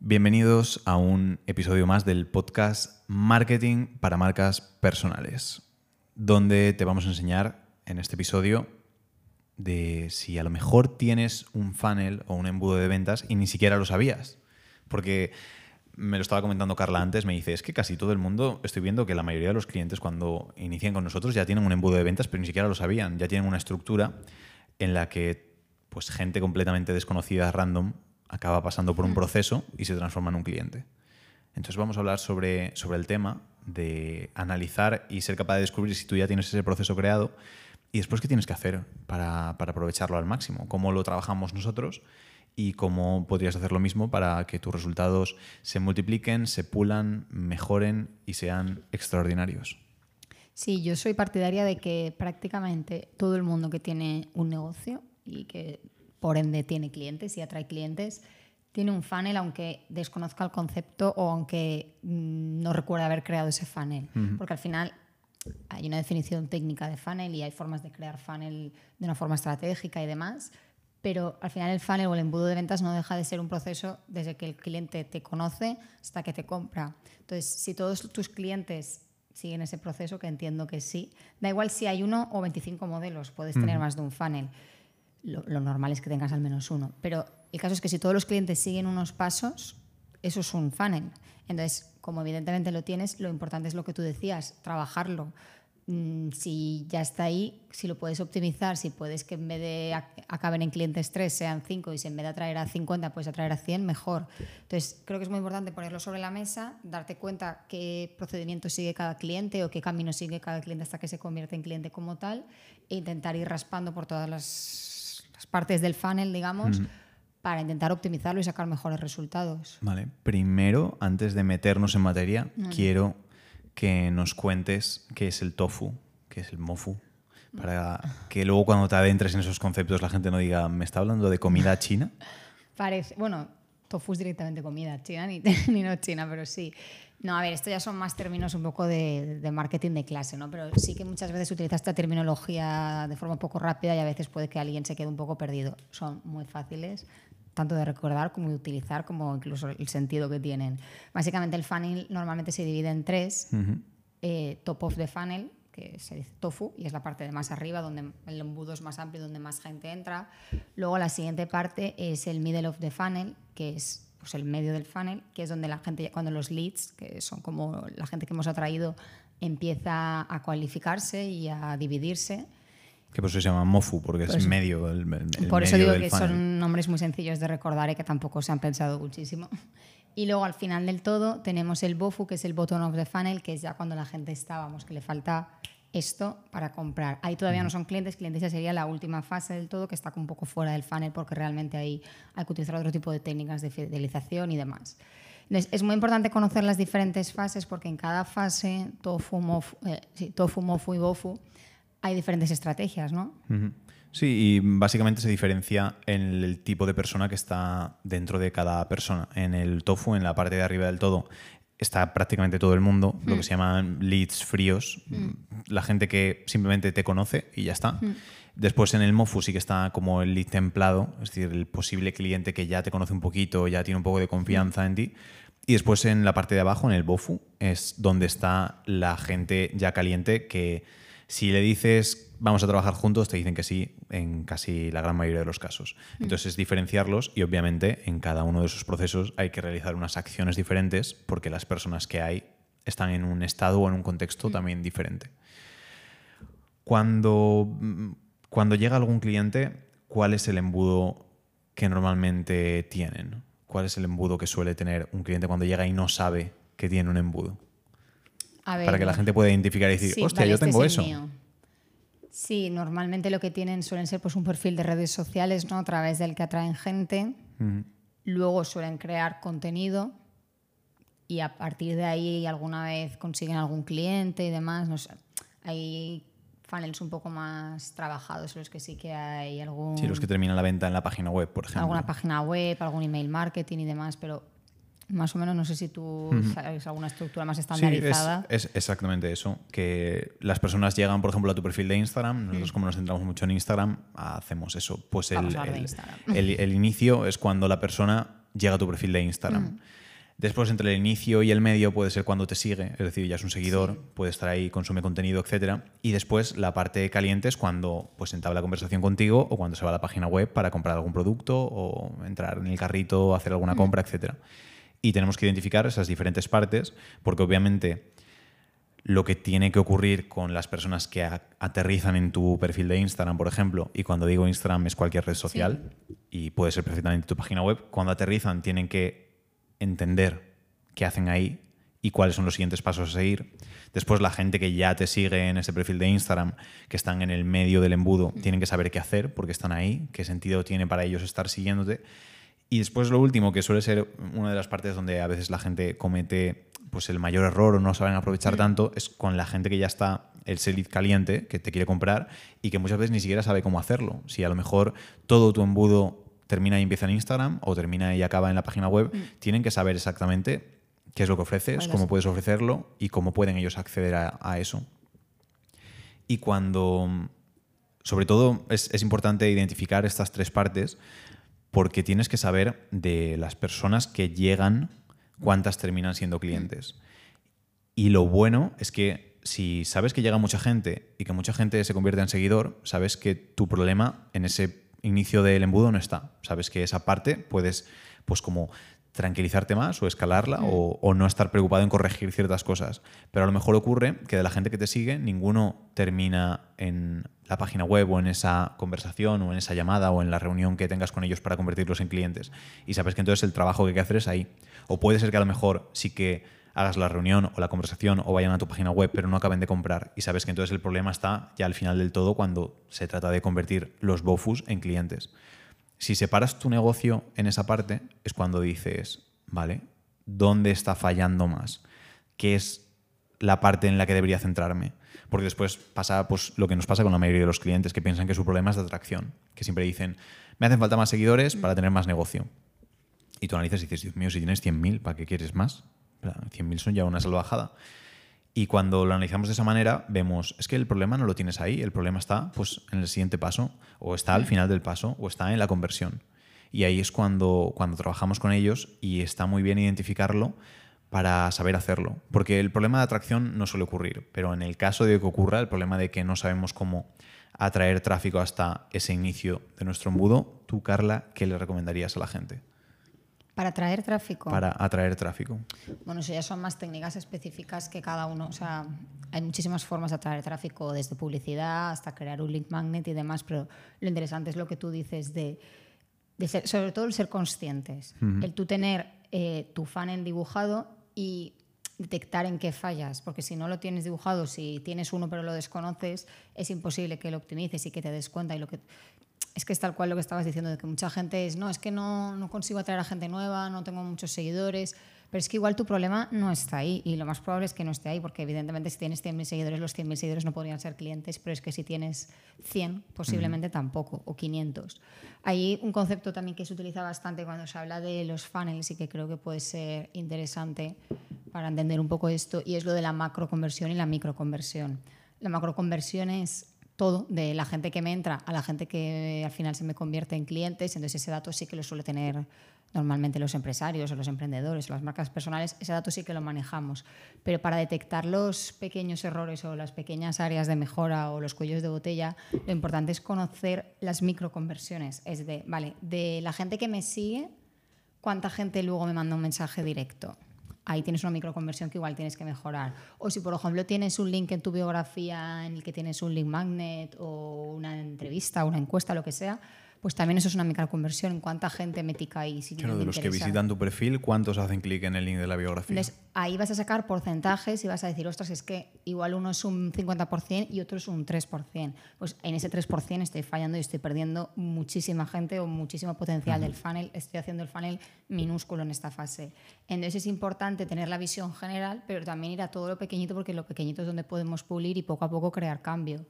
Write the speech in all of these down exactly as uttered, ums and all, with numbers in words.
Bienvenidos a un episodio más del podcast Marketing para Marcas Personales, donde te vamos a enseñar en este episodio de si a lo mejor tienes un funnel o un embudo de ventas y ni siquiera lo sabías. Porque me lo estaba comentando Carla antes, me dice, es que casi todo el mundo, estoy viendo que la mayoría de los clientes cuando inician con nosotros ya tienen un embudo de ventas, pero ni siquiera lo sabían, ya tienen una estructura en la que pues gente completamente desconocida, random, acaba pasando por un proceso y se transforma en un cliente. Entonces vamos a hablar sobre, sobre el tema de analizar y ser capaz de descubrir si tú ya tienes ese proceso creado y después qué tienes que hacer para, para aprovecharlo al máximo, cómo lo trabajamos nosotros y cómo podrías hacer lo mismo para que tus resultados se multipliquen, se pulan, mejoren y sean extraordinarios. Sí, yo soy partidaria de que prácticamente todo el mundo que tiene un negocio y que por ende tiene clientes y atrae clientes, tiene un funnel aunque desconozca el concepto o aunque no recuerde haber creado ese funnel. Uh-huh. Porque al final hay una definición técnica de funnel y hay formas de crear funnel de una forma estratégica y demás, pero al final el funnel o el embudo de ventas no deja de ser un proceso desde que el cliente te conoce hasta que te compra. Entonces, si todos tus clientes siguen ese proceso, que entiendo que sí, da igual si hay uno o veinticinco modelos, puedes uh-huh. tener más de un funnel. Lo, lo normal es que tengas al menos uno. Pero el caso es que si todos los clientes siguen unos pasos, eso es un funnel. Entonces, como evidentemente lo tienes, lo importante es lo que tú decías, trabajarlo. Mm, si ya está ahí, si lo puedes optimizar, si puedes que en vez de ac- acaben en clientes tres sean cinco y si en vez de atraer a cincuenta puedes atraer a cien, mejor. Entonces, creo que es muy importante ponerlo sobre la mesa, darte cuenta qué procedimiento sigue cada cliente o qué camino sigue cada cliente hasta que se convierte en cliente como tal e intentar ir raspando por todas las partes del funnel, digamos, mm. para intentar optimizarlo y sacar mejores resultados. Vale. Primero, antes de meternos en materia, mm. quiero que nos cuentes qué es el tofu, qué es el mofu, para que luego cuando te adentres en esos conceptos la gente no diga, ¿me está hablando de comida china? Parece, bueno, tofu es directamente comida china, ni, ni no china, pero sí. No, a ver, esto ya son más términos un poco de, de marketing de clase, ¿no? Pero sí que muchas veces utiliza esta terminología de forma un poco rápida y a veces puede que alguien se quede un poco perdido. Son muy fáciles, tanto de recordar como de utilizar, como incluso el sentido que tienen. Básicamente el funnel normalmente se divide en tres. Uh-huh. eh, top of the funnel, que se dice tofu, y es la parte de más arriba, donde el embudo es más amplio, donde más gente entra. Luego la siguiente parte es el middle of the funnel, que es pues el medio del funnel, que es donde la gente, cuando los leads, que son como la gente que hemos atraído, empieza a cualificarse y a dividirse. Que por eso se llama mofu, porque pues, es medio el, el Por eso medio digo del que funnel. Son nombres muy sencillos de recordar y que tampoco se han pensado muchísimo. Y luego al final del todo tenemos el bofu, que es el bottom of the funnel, que es ya cuando la gente está, vamos, que le falta esto para comprar. Ahí todavía uh-huh. no son clientes, clientes ya sería la última fase del todo, que está un poco fuera del funnel porque realmente ahí hay que utilizar otro tipo de técnicas de fidelización y demás. Entonces, es muy importante conocer las diferentes fases porque en cada fase, tofu, mofu, eh, sí, tofu, mofu y bofu, hay diferentes estrategias, ¿no? Uh-huh. Sí, y básicamente se diferencia en el tipo de persona que está dentro de cada persona. En el tofu, en la parte de arriba del todo, está prácticamente todo el mundo, mm. lo que se llaman leads fríos, mm. la gente que simplemente te conoce y ya está. Mm. Después en el mofu sí que está como el lead templado, es decir, el posible cliente que ya te conoce un poquito, ya tiene un poco de confianza mm. en ti. Y después en la parte de abajo, en el bofu, es donde está la gente ya caliente que si le dices vamos a trabajar juntos, te dicen que sí en casi la gran mayoría de los casos. Entonces es diferenciarlos y obviamente en cada uno de esos procesos hay que realizar unas acciones diferentes porque las personas que hay están en un estado o en un contexto mm. también diferente. Cuando, cuando llega algún cliente, ¿cuál es el embudo que normalmente tienen? ¿Cuál es el embudo que suele tener un cliente cuando llega y no sabe que tiene un embudo? A ver, para que la gente pueda identificar y decir, sí, hostia, vale, yo tengo este eso. Sí, normalmente lo que tienen suelen ser pues, un perfil de redes sociales, ¿no? A través del que atraen gente. Uh-huh. Luego suelen crear contenido y a partir de ahí alguna vez consiguen algún cliente y demás. No sé. Hay funnels un poco más trabajados, los que sí que hay algún... Sí, los que terminan la venta en la página web, por ejemplo. Alguna página web, algún email marketing y demás, pero... Más o menos, no sé si tú uh-huh. sabes alguna estructura más estandarizada. Sí, es, es exactamente eso. Que las personas llegan, por ejemplo, a tu perfil de Instagram. Nosotros, uh-huh. como nos centramos mucho en Instagram, hacemos eso. Pues el, el, el, el inicio es cuando la persona llega a tu perfil de Instagram. Mm. Después, entre el inicio y el medio puede ser cuando te sigue, es decir, ya es un seguidor, sí. puede estar ahí, consume contenido, etcétera. Y después la parte caliente es cuando pues, entabla conversación contigo o cuando se va a la página web para comprar algún producto o entrar en el carrito, hacer alguna compra, mm. etcétera. Y tenemos que identificar esas diferentes partes porque obviamente lo que tiene que ocurrir con las personas que a- aterrizan en tu perfil de Instagram, por ejemplo, y cuando digo Instagram es cualquier red social sí. y puede ser perfectamente tu página web, cuando aterrizan tienen que entender qué hacen ahí y cuáles son los siguientes pasos a seguir. Después la gente que ya te sigue en ese perfil de Instagram, que están en el medio del embudo, tienen que saber qué hacer porque están ahí, qué sentido tiene para ellos estar siguiéndote. Y después lo último, que suele ser una de las partes donde a veces la gente comete pues, el mayor error o no saben aprovechar tanto, es con la gente que ya está el lead caliente, que te quiere comprar y que muchas veces ni siquiera sabe cómo hacerlo. Si a lo mejor todo tu embudo termina y empieza en Instagram o termina y acaba en la página web, mm. tienen que saber exactamente qué es lo que ofreces, cómo puedes ofrecerlo y cómo pueden ellos acceder a, a eso. Y cuando, sobre todo, es, es importante identificar estas tres partes porque tienes que saber de las personas que llegan, cuántas terminan siendo clientes. Mm. Y lo bueno es que si sabes que llega mucha gente y que mucha gente se convierte en seguidor, sabes que tu problema en ese inicio del embudo no está. Sabes que esa parte puedes pues como tranquilizarte más o escalarla mm. o, o no estar preocupado en corregir ciertas cosas. Pero a lo mejor ocurre que de la gente que te sigue, ninguno termina en la página web o en esa conversación o en esa llamada o en la reunión que tengas con ellos para convertirlos en clientes. Y sabes que entonces el trabajo que hay que hacer es ahí. O puede ser que a lo mejor sí que hagas la reunión o la conversación o vayan a tu página web pero no acaben de comprar y sabes que entonces el problema está ya al final del todo cuando se trata de convertir los B O F Us en clientes. Si separas tu negocio en esa parte es cuando dices, vale, ¿dónde está fallando más? ¿Qué es la parte en la que debería centrarme? Porque después pasa pues, lo que nos pasa con la mayoría de los clientes que piensan que su problema es de atracción, que siempre dicen, me hacen falta más seguidores para tener más negocio. Y tú analizas y dices, Dios mío, si tienes cien mil, ¿para qué quieres más? cien mil son ya una salvajada. Y cuando lo analizamos de esa manera, vemos, es que el problema no lo tienes ahí, el problema está pues, en el siguiente paso, o está al final del paso, o está en la conversión. Y ahí es cuando, cuando trabajamos con ellos y está muy bien identificarlo para saber hacerlo. Porque el problema de atracción no suele ocurrir, pero en el caso de que ocurra, el problema de que no sabemos cómo atraer tráfico hasta ese inicio de nuestro embudo, tú, Carla, ¿qué le recomendarías a la gente? ¿Para atraer tráfico? Para atraer tráfico. Bueno, eso ya son más técnicas específicas que cada uno... O sea, hay muchísimas formas de atraer tráfico, desde publicidad hasta crear un link magnet y demás, pero lo interesante es lo que tú dices de, de ser, sobre todo el ser conscientes. Uh-huh. El tú tener eh, tu funnel dibujado y detectar en qué fallas, porque si no lo tienes dibujado, si tienes uno pero lo desconoces, es imposible que lo optimices y que te des cuenta y lo que... Es que es tal cual lo que estabas diciendo, de que mucha gente es, no, es que no, no consigo atraer a gente nueva, no tengo muchos seguidores, pero es que igual tu problema no está ahí y lo más probable es que no esté ahí, porque evidentemente si tienes cien mil seguidores, los cien mil seguidores no podrían ser clientes, pero es que si tienes cien, posiblemente mm. tampoco, o quinientos. Hay un concepto también que se utiliza bastante cuando se habla de los funnels y que creo que puede ser interesante para entender un poco esto, y es lo de la macroconversión y la microconversión. La macroconversión es todo, de la gente que me entra a la gente que al final se me convierte en clientes, entonces ese dato sí que lo suele tener normalmente los empresarios o los emprendedores o las marcas personales, ese dato sí que lo manejamos, pero para detectar los pequeños errores o las pequeñas áreas de mejora o los cuellos de botella, lo importante es conocer las microconversiones, es de, vale, de la gente que me sigue, ¿cuánta gente luego me manda un mensaje directo? Ahí tienes una microconversión que igual tienes que mejorar. O si, por ejemplo, tienes un link en tu biografía en el que tienes un link magnet o una entrevista, una encuesta, lo que sea, pues también eso es una microconversión. ¿En cuánta gente me tica ahí? Si claro, de los que visitan tu perfil, ¿cuántos hacen clic en el link de la biografía? Entonces, ahí vas a sacar porcentajes y vas a decir, ostras, es que igual uno es un cincuenta por ciento y otro es un tres por ciento. Pues en ese tres por ciento estoy fallando y estoy perdiendo muchísima gente o muchísimo potencial uh-huh. del funnel. Estoy haciendo el funnel minúsculo en esta fase. Entonces es importante tener la visión general, pero también ir a todo lo pequeñito, porque lo pequeñito es donde podemos pulir y poco a poco crear cambio.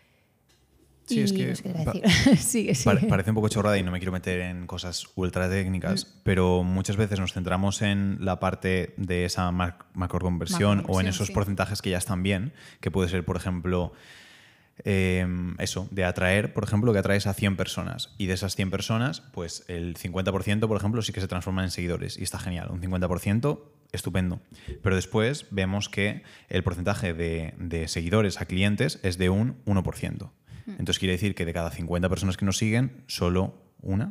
Sí, es que pa- sigue, sigue. Pa- parece un poco chorrada y no me quiero meter en cosas ultra técnicas, mm. pero muchas veces nos centramos en la parte de esa mac- macroconversión o en esos sí. porcentajes que ya están bien, que puede ser, por ejemplo, eh, eso, de atraer, por ejemplo, que atraes a cien personas. Y de esas cien personas, pues el cincuenta por ciento, por ejemplo, sí que se transforman en seguidores. Y está genial. Un cincuenta por ciento, estupendo. Pero después vemos que el porcentaje de, de seguidores a clientes es de un uno por ciento. Entonces quiere decir que de cada cincuenta personas que nos siguen, solo una,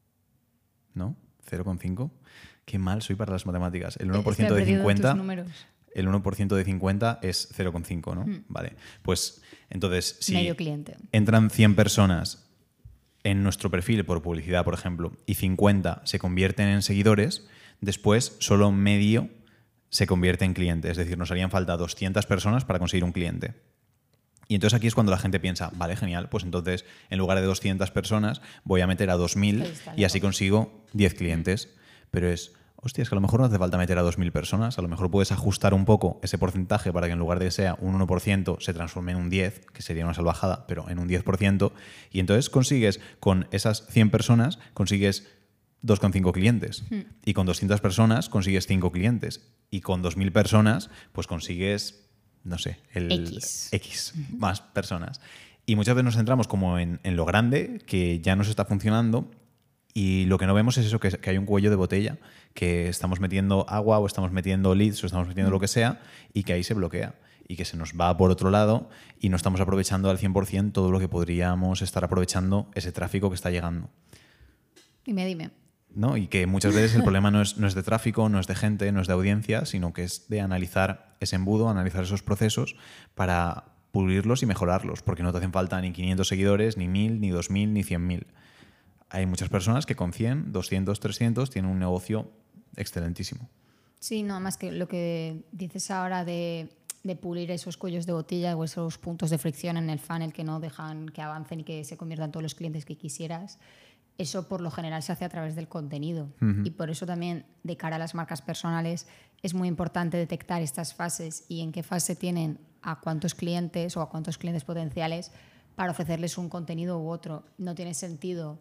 ¿no? cero coma cinco. Qué mal soy para las matemáticas. El uno por ciento de cincuenta... El uno por ciento de cincuenta es cero coma cinco, ¿no? Mm. Vale. Pues entonces, si medio cliente. Entran cien personas en nuestro perfil por publicidad, por ejemplo, y cincuenta se convierten en seguidores, después solo medio se convierte en cliente. Es decir, nos harían falta doscientas personas para conseguir un cliente. Y entonces aquí es cuando la gente piensa, vale, genial, pues entonces en lugar de doscientas personas voy a meter a dos mil y así consigo diez clientes. Pero es, hostia, es que a lo mejor no hace falta meter a dos mil personas, a lo mejor puedes ajustar un poco ese porcentaje para que en lugar de que sea un uno por ciento se transforme en un diez por ciento, que sería una salvajada, pero en un diez por ciento, y entonces consigues, con esas cien personas, consigues dos coma cinco clientes. Hmm. Y con doscientas personas consigues cinco clientes. Y con dos mil personas, pues consigues... no sé, el X, X uh-huh. más personas. Y muchas veces nos centramos como en, en lo grande, que ya nos está funcionando, y lo que no vemos es eso, que, que hay un cuello de botella, que estamos metiendo agua o estamos metiendo leads o estamos metiendo uh-huh. lo que sea, y que ahí se bloquea y que se nos va por otro lado y no estamos aprovechando al cien por ciento todo lo que podríamos estar aprovechando ese tráfico que está llegando. Dime, dime. ¿No? Y que muchas veces el problema no es, no es de tráfico, no es de gente, no es de audiencia, sino que es de analizar ese embudo, analizar esos procesos para pulirlos y mejorarlos, porque no te hacen falta ni quinientos seguidores, ni mil, ni dos mil, ni cien mil. Hay muchas personas que con cien, doscientos, trescientos tienen un negocio excelentísimo. Sí, no, más que lo que dices ahora de, de pulir esos cuellos de botella o esos puntos de fricción en el funnel que no dejan que avancen y que se conviertan todos los clientes que quisieras. Eso por lo general se hace a través del contenido. Uh-huh. Y por eso también de cara a las marcas personales es muy importante detectar estas fases y en qué fase tienen a cuántos clientes o a cuántos clientes potenciales para ofrecerles un contenido u otro. No tiene sentido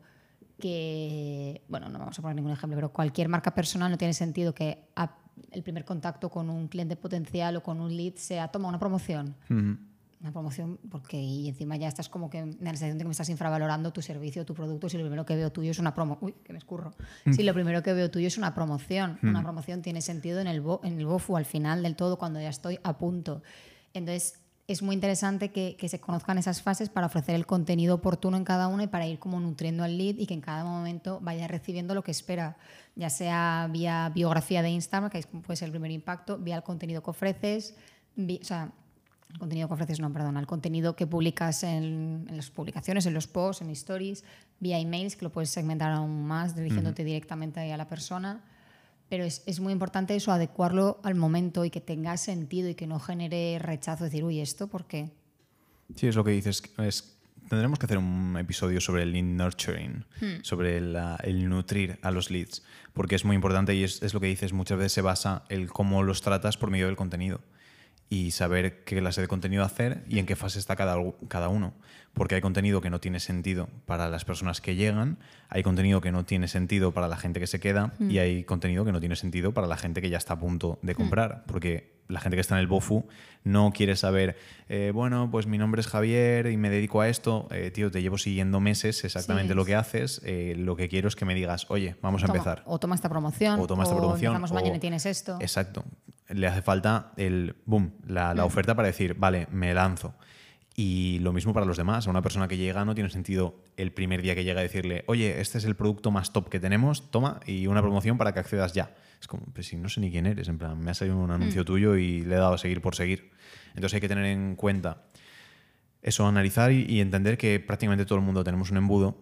que, bueno, no vamos a poner ningún ejemplo, pero cualquier marca personal no tiene sentido que a, el primer contacto con un cliente potencial o con un lead sea toma una promoción. Uh-huh. Una promoción, porque y encima ya estás como que en la sensación de que me estás infravalorando tu servicio, tu producto, si lo primero que veo tuyo es una promo, uy, que me escurro. Mm. Si lo primero que veo tuyo es una promoción. Mm. Una promoción tiene sentido en el, bo, en el B O F U al final del todo, cuando ya estoy a punto. Entonces, es muy interesante que, que se conozcan esas fases para ofrecer el contenido oportuno en cada una y para ir como nutriendo al lead y que en cada momento vaya recibiendo lo que espera, ya sea vía biografía de Instagram, que puede ser el primer impacto, vía el contenido que ofreces, vía, o sea, el contenido que ofreces, no, perdona, el contenido que publicas en, en las publicaciones, en los posts, en stories, vía emails, que lo puedes segmentar aún más dirigiéndote uh-huh. directamente a la persona. Pero es, es muy importante eso, adecuarlo al momento y que tenga sentido y que no genere rechazo, decir, uy, ¿esto por qué? Sí, es lo que dices. Es, tendremos que hacer un episodio sobre el lead nurturing, hmm. sobre la, el nutrir a los leads, porque es muy importante y es, es lo que dices, muchas veces se basa en cómo los tratas por medio del contenido. Y saber qué clase de contenido hacer y en qué fase está cada, cada uno. Porque hay contenido que no tiene sentido para las personas que llegan, hay contenido que no tiene sentido para la gente que se queda mm. y hay contenido que no tiene sentido para la gente que ya está a punto de comprar. Mm. Porque la gente que está en el B O F U no quiere saber, eh, bueno, pues mi nombre es Javier y me dedico a esto. Eh, tío, te llevo siguiendo meses exactamente sí. lo que haces. Eh, lo que quiero es que me digas, oye, vamos toma, a empezar. O toma esta promoción. O toma esta promoción. O mañana tienes esto. Exacto. Le hace falta el boom, la, la mm. oferta para decir, vale, me lanzo. Y lo mismo para los demás. A una persona que llega no tiene sentido el primer día que llega a decirle, oye, este es el producto más top que tenemos, toma, y una promoción para que accedas ya. Es como, pues si no sé ni quién eres, en plan, me ha salido un anuncio mm. tuyo y le he dado a seguir por seguir. Entonces hay que tener en cuenta eso, analizar y, y entender que prácticamente todo el mundo tenemos un embudo,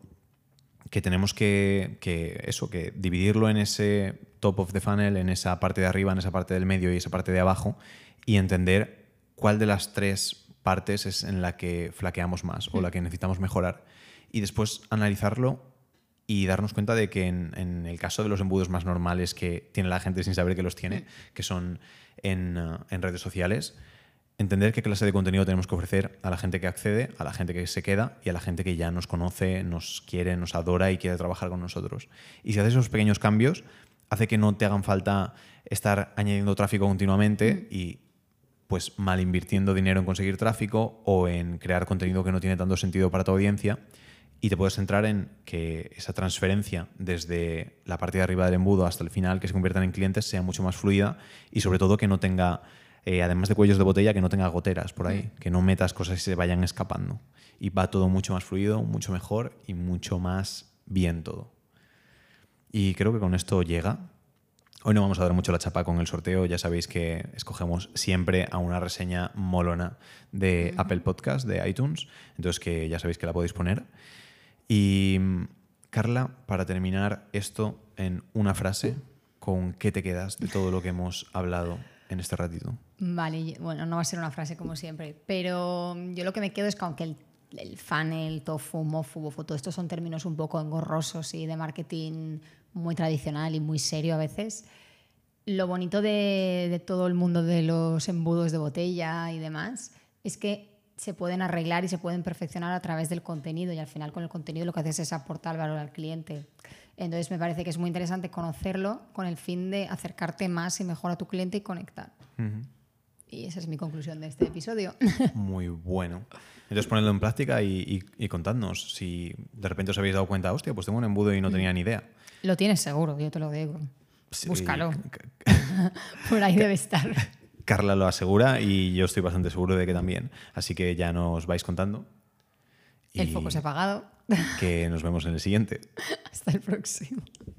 que tenemos que, que eso, que dividirlo en ese top of the funnel, en esa parte de arriba, en esa parte del medio y esa parte de abajo, y entender cuál de las tres partes es en la que flaqueamos más o la que necesitamos mejorar. Y después analizarlo y darnos cuenta de que en, en el caso de los embudos más normales que tiene la gente sin saber que los tiene, que son en, uh, en redes sociales, entender qué clase de contenido tenemos que ofrecer a la gente que accede, a la gente que se queda y a la gente que ya nos conoce, nos quiere, nos adora y quiere trabajar con nosotros. Y si haces esos pequeños cambios, hace que no te hagan falta estar añadiendo tráfico continuamente mm. y pues mal invirtiendo dinero en conseguir tráfico o en crear contenido que no tiene tanto sentido para tu audiencia, y te puedes centrar en que esa transferencia desde la parte de arriba del embudo hasta el final, que se conviertan en clientes, sea mucho más fluida y sobre todo que no tenga, eh, además de cuellos de botella, que no tenga goteras por ahí, que no metas cosas y se vayan escapando. Y va todo mucho más fluido, mucho mejor y mucho más bien todo. Y creo que con esto llega. Hoy no vamos a dar mucho la chapa con el sorteo. Ya sabéis que escogemos siempre a una reseña molona de uh-huh. Apple Podcast, de iTunes. Entonces que ya sabéis que la podéis poner. Y Carla, para terminar esto en una frase, ¿con qué te quedas de todo lo que hemos hablado en este ratito? Vale, bueno, no va a ser una frase como siempre, pero yo lo que me quedo es que aunque el, el funnel, tofu, mofu, bofo, todo estos son términos un poco engorrosos y de marketing muy tradicional y muy serio a veces, lo bonito de, de todo el mundo de los embudos de botella y demás es que se pueden arreglar y se pueden perfeccionar a través del contenido, y al final con el contenido lo que haces es aportar valor al cliente. Entonces me parece que es muy interesante conocerlo con el fin de acercarte más y mejor a tu cliente y conectar. Uh-huh. Y esa es mi conclusión de este episodio. Muy bueno. Entonces ponedlo en práctica y, y, y contadnos si de repente os habéis dado cuenta, hostia, pues tengo un embudo y no tenía ni idea. Lo tienes seguro, yo te lo digo. Sí. Búscalo. Por ahí debe estar. Carla lo asegura y yo estoy bastante seguro de que también. Así que ya nos vais contando. El foco se ha apagado. Que nos vemos en el siguiente. Hasta el próximo.